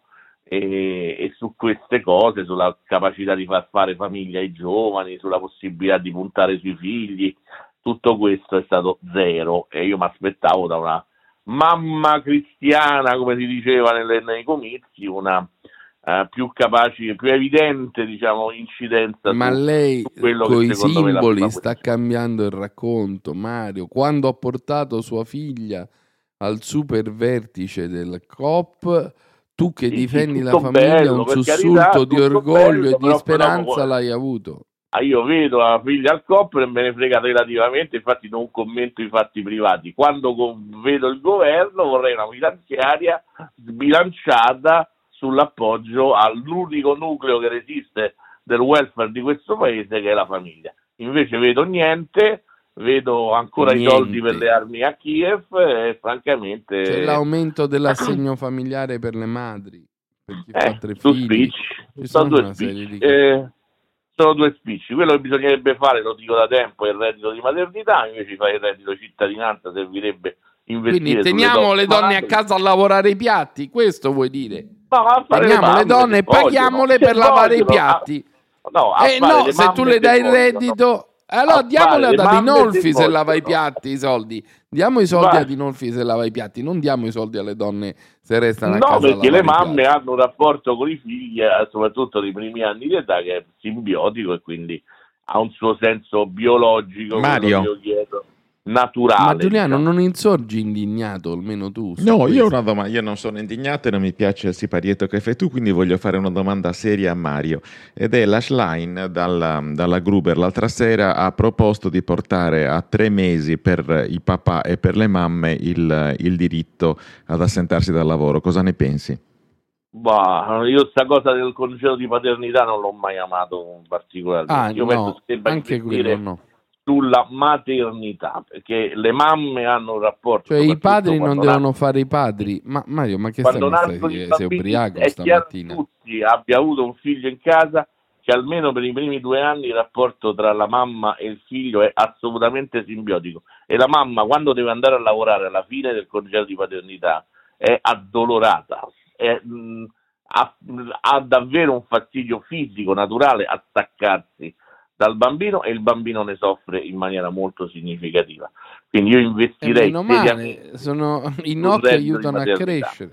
e, e su queste cose, sulla capacità di far fare famiglia ai giovani, sulla possibilità di puntare sui figli, tutto questo è stato zero, e io mi aspettavo da una mamma cristiana, come si diceva nelle, nei comizi, una uh, più capace, più evidente, diciamo, incidenza. Ma su, lei su quello con i che secondo me simboli la sta cambiando il racconto, Mario. Quando ha portato sua figlia al super vertice del C O P, tu che sì, difendi sì, la famiglia, bello, un per sussulto carità, di orgoglio bello, e di speranza però, l'hai avuto. Ah, io vedo la figlia al C O P e me ne frega relativamente, infatti non commento i fatti privati. Quando con- vedo il governo vorrei una finanziaria sbilanciata sull'appoggio all'unico nucleo che resiste del welfare di questo paese, che è la famiglia. Invece vedo niente, vedo ancora Niente. i soldi per le armi a Kiev e francamente... C'è l'aumento dell'assegno familiare per le madri, per chi Eh, fa tre tu figli. spicci, Ci sono sono due una serie spicci. di Eh, sono due spicci. Quello che bisognerebbe fare, lo dico da tempo, è il reddito di maternità, invece fare il reddito di cittadinanza servirebbe investire. Quindi teniamo sulle le donne a madri. casa a lavorare i piatti, questo vuoi dire? No, a fare Teniamo le le, donne e vogliono, paghiamole se per lavare i vogliono, piatti. A, no, a Eh fare no, le se tu mamme le dai il se vogliono. reddito, allora A diamole fare ad le mamme Adinolfi se se lava i vogliono. piatti i soldi. Diamo i soldi Vai. a Adinolfi se lava i piatti, non diamo i soldi alle donne se restano a No, casa a perché le lavare i mamme piatti. hanno un rapporto con i figli, eh, soprattutto nei primi anni di età, che è simbiotico e quindi ha un suo senso biologico, Mario. quello che io chiedo, naturale. Ma Giuliano, diciamo. non insorgi indignato, almeno tu? su No, io ho questo? una domanda, io non sono indignato e non mi piace il siparietto che fai tu, quindi voglio fare una domanda seria a Mario. Ed è la Schlein dalla, dalla Gruber l'altra sera ha proposto di portare a tre mesi per i papà e per le mamme il, il diritto ad assentarsi dal lavoro. Cosa ne pensi? Bah, io sta cosa del congedo di paternità non l'ho mai amato particolarmente. Ah, io no, penso che debba anche investire quello no. sulla maternità, perché le mamme hanno un rapporto. Cioè i soprattutto padri non quando devono nascono- fare i padri. Ma Mario, ma che stai, quando mi stai nascono i sei bambini, ubriaco è chiaro che stamattina? tutti abbia avuto un figlio in casa, che almeno per i primi due anni il rapporto tra la mamma e il figlio è assolutamente simbiotico, e la mamma, quando deve andare a lavorare alla fine del congedo di paternità, è addolorata, è, mh, ha, ha davvero un fastidio fisico naturale a staccarsi dal bambino, e il bambino ne soffre in maniera molto significativa. Quindi io E investirei meno male, seriamente sono, i sul nocchi reddito di aiutano a maternità. crescere.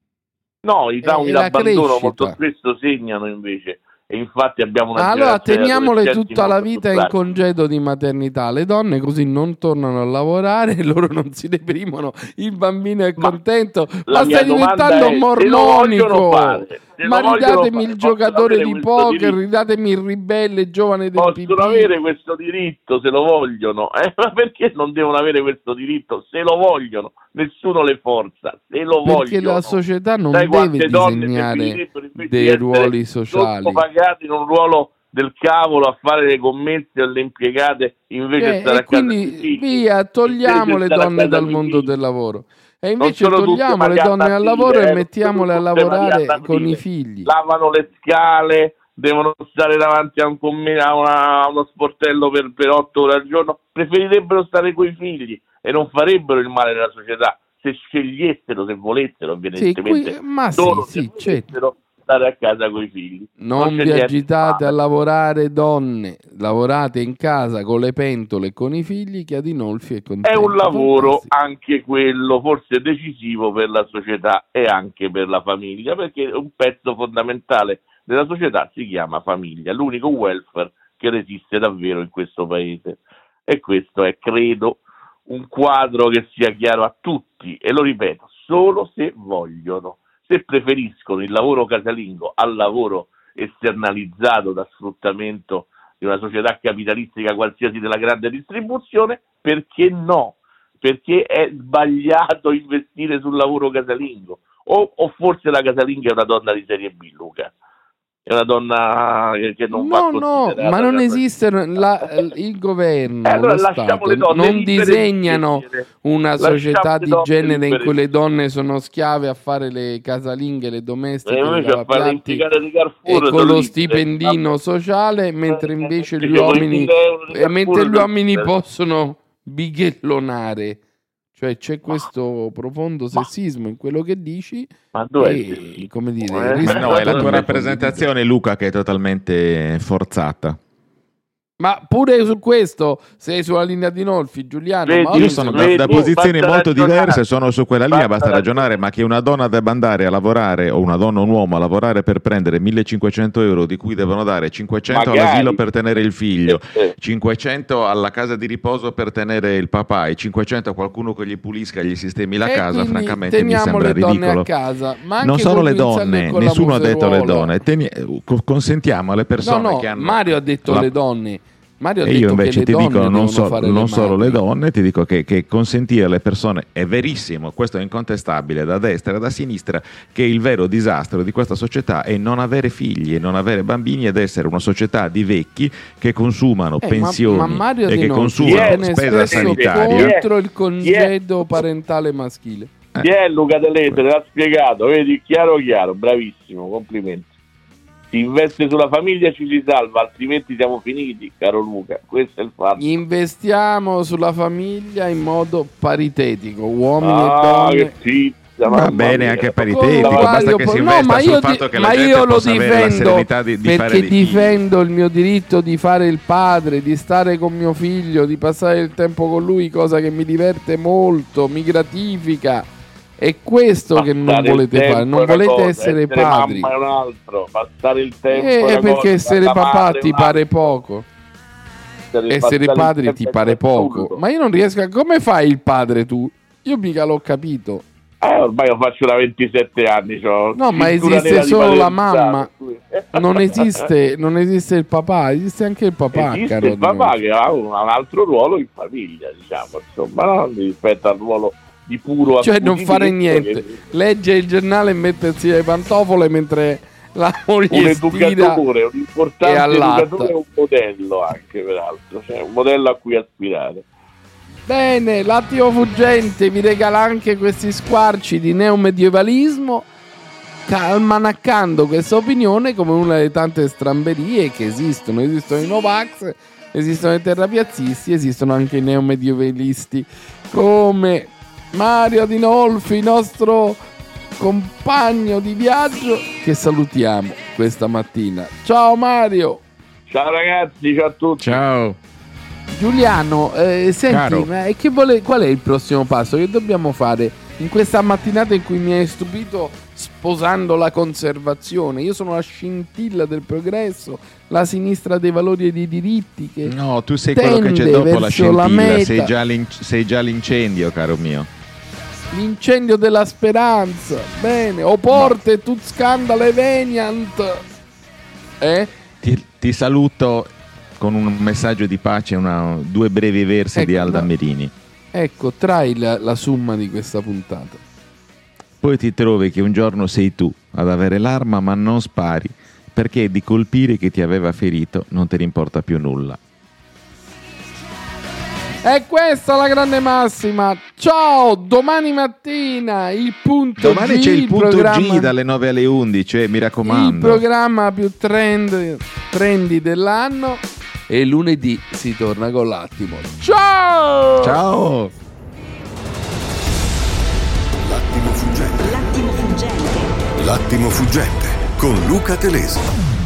No, i traumi È la d'abbandono crescita. molto spesso segnano invece, e infatti abbiamo una Allora generazione di teniamole adolescenti tutta la molto vita in frustrati. congedo di maternità. Le donne così non tornano a lavorare e loro non si deprimono. Il bambino è Ma contento. la Ma mia stai domanda diventando è, se lo vogliono mormonico. fare, se Ma lo vogliono ridatemi fare, il possono giocatore avere di questo poker, diritto. ridatemi il ribelle giovane del P P. Possono avere questo diritto se lo vogliono, eh? Ma perché non devono avere questo diritto se lo vogliono? Nessuno le forza, se lo Perché vogliono. la società non Sai deve quante donne disegnare preferirebbero invece di dei essere ruoli sociali. sottopagate in un ruolo del cavolo a fare le commesse alle impiegate invece di Eh, stare e a casa quindi con i figli, via, togliamo invece le di stare a donne casa dal coi mondo figli. del lavoro. E Non invece sono tutte togliamo le Marianna donne al Attive, lavoro eh, e non mettiamole a sono tutte lavorare Marianna con i Attive. figli. Lavano le scale, devono stare davanti a un, comm- a una- a uno sportello per, per otto ore al giorno, preferirebbero stare coi figli e non farebbero il male nella società se scegliessero, se volessero, Sì, evidentemente, qui- ma sì, solo sì, se certo. volessero stare a casa coi figli. Non c'è vi niente agitate di a male. lavorare, donne. Lavorate in casa con le pentole e con i figli, che Adinolfi è contento. È un lavoro Fantastico. anche quello, forse decisivo per la società e anche per la famiglia, perché un pezzo fondamentale della società si chiama famiglia, l'unico welfare che resiste davvero in questo paese. E questo è, credo, un quadro che sia chiaro a tutti, e lo ripeto, solo se vogliono. Se preferiscono il lavoro casalingo al lavoro esternalizzato da sfruttamento di una società capitalistica qualsiasi della grande distribuzione, perché no? Perché è sbagliato investire sul lavoro casalingo, o, o forse la casalinga è una donna di serie B, Luca? È una donna che, che non va No, no, considerata ma non per- esiste la- il governo, Eh, allora lo lasciamo Stato le donne non libere di disegnano scegliere. una Lasciamo società le di donne genere in libere cui di le donne sono schiave a fare le casalinghe, le domestiche, E le invece a fare lavapiatti l'impiegata di Carrefour e con sono lo libere. stipendino sociale, mentre invece Perché gli con i uomini mille euro di e mentre Carrefour gli uomini sono libere. possono bighellonare. Cioè c'è questo profondo sessismo in quello che dici. Ma dove e, è? come dire, Eh, Ma no, è la tua rappresentazione, Luca, che è totalmente forzata. Ma pure su questo sei sulla linea di Nolfi, Giuliano. Vedi, ma Io oggi sono sei- da, da vedi, posizioni basta molto ragionare. diverse, sono su quella linea, Basta basta ragionare, ma che una donna debba andare a lavorare, o una donna o un uomo a lavorare per prendere millecinquecento euro, di cui devono dare cinquecento Magari. all'asilo per tenere il figlio, Eh, eh. cinquecento alla casa di riposo per tenere il papà e cinquecento a qualcuno che gli pulisca e gli sistemi la E casa, quindi francamente mi teniamo sembra le donne ridicolo. a casa, ma anche Non sono le Colpo Inzaghi donne, con la nessuno ha detto le museruola. donne, Teni- co- consentiamo alle No, persone no, che hanno... Mario ha detto la- le donne. Mario ha E detto io invece che ti le dico donne non, devono so- fare non le solo le madri. donne, ti dico che, che consentire alle persone, è verissimo, questo è incontestabile da destra e da sinistra, che il vero disastro di questa società è non avere figli e non avere bambini ed essere una società di vecchi che consumano Eh, ma- pensioni ma Mario e Di che Nolfi consumano viene spesa spesso sanitaria. contro il congedo parentale maschile. Chi è Luca Telese? L'ha spiegato, vedi, chiaro chiaro, bravissimo, complimenti. Si investe sulla famiglia, ci si salva, altrimenti siamo finiti, caro Luca. Questo è il fatto. Investiamo sulla famiglia in modo paritetico, uomini Ah, e donne. che pizza, Va mamma bene mia. anche Con paritetico, basta Guaglio che po- si no, investa ma sul io, fatto di- che la ma gente io lo possa avere la difendo serenità di, di fare perché dei figli. difendo il mio diritto di fare il padre, di stare con mio figlio, di passare il tempo con lui, cosa che mi diverte molto, mi gratifica. È questo che non Passare il volete tempo fare, non è una volete cosa, essere essere padri. mamma è un altro, passare il tempo Eh, è una perché cosa, essere la papà madre è ti un pare altro. poco. Essere, Essere passare il padri tempo ti è pare poco. assurdo. Ma io non riesco a... Come fai il padre tu? Io mica l'ho capito. Eh, ormai lo faccio da ventisette anni. C'ho No, ma cintura esiste nera di solo la Palermo, mamma. Non esiste, non esiste il papà, esiste anche il papà, Esiste caro il papà Di Nolfi. che ha un, un altro ruolo in famiglia, diciamo, insomma, no? rispetto al ruolo di puro Cioè non fare accudimento, niente, che- legge il giornale e mettersi le pantofole mentre la un moglie stira educatore, un e importante allatta. educatore e un modello anche, peraltro, cioè un modello a cui aspirare. Bene, l'attimo fuggente vi regala anche questi squarci di neomedievalismo, almanaccando questa opinione come una delle tante stramberie che esistono. Esistono i Novax, esistono i terrapiazzisti, esistono anche i neomedievalisti come Mario Di Nolfi, nostro compagno di viaggio, che salutiamo questa mattina. Ciao Mario. Ciao ragazzi, ciao a tutti. Ciao. Giuliano, eh, senti, Caro. ma che vuole, qual è il prossimo passo che dobbiamo fare in questa mattinata in cui mi hai stupito sposando la conservazione? Io sono la scintilla del progresso, la sinistra dei valori e dei diritti che No, tu sei quello che c'è tende dopo la verso la scintilla, meta. sei già, l'in- sei già l'incendio, caro mio. L'incendio della speranza. Bene, o porte tut scandale veniant. Eh? Ti, ti saluto con un messaggio di pace, una- due brevi versi Ecco, di Alda da- Merini. Ecco, trai la, la somma di questa puntata. Poi ti trovi che un giorno sei tu ad avere l'arma ma non spari perché di colpire chi ti aveva ferito non te ne importa più nulla. E questa è la grande massima. Ciao, domani mattina il punto Domani G, c'è il punto programma, G dalle nove alle undici, eh, mi il raccomando. programma più trend, trendy dell'anno. E lunedì si torna con l'attimo. Ciao! Ciao! L'attimo fuggente. L'attimo fuggente. L'attimo fuggente con Luca Telesi.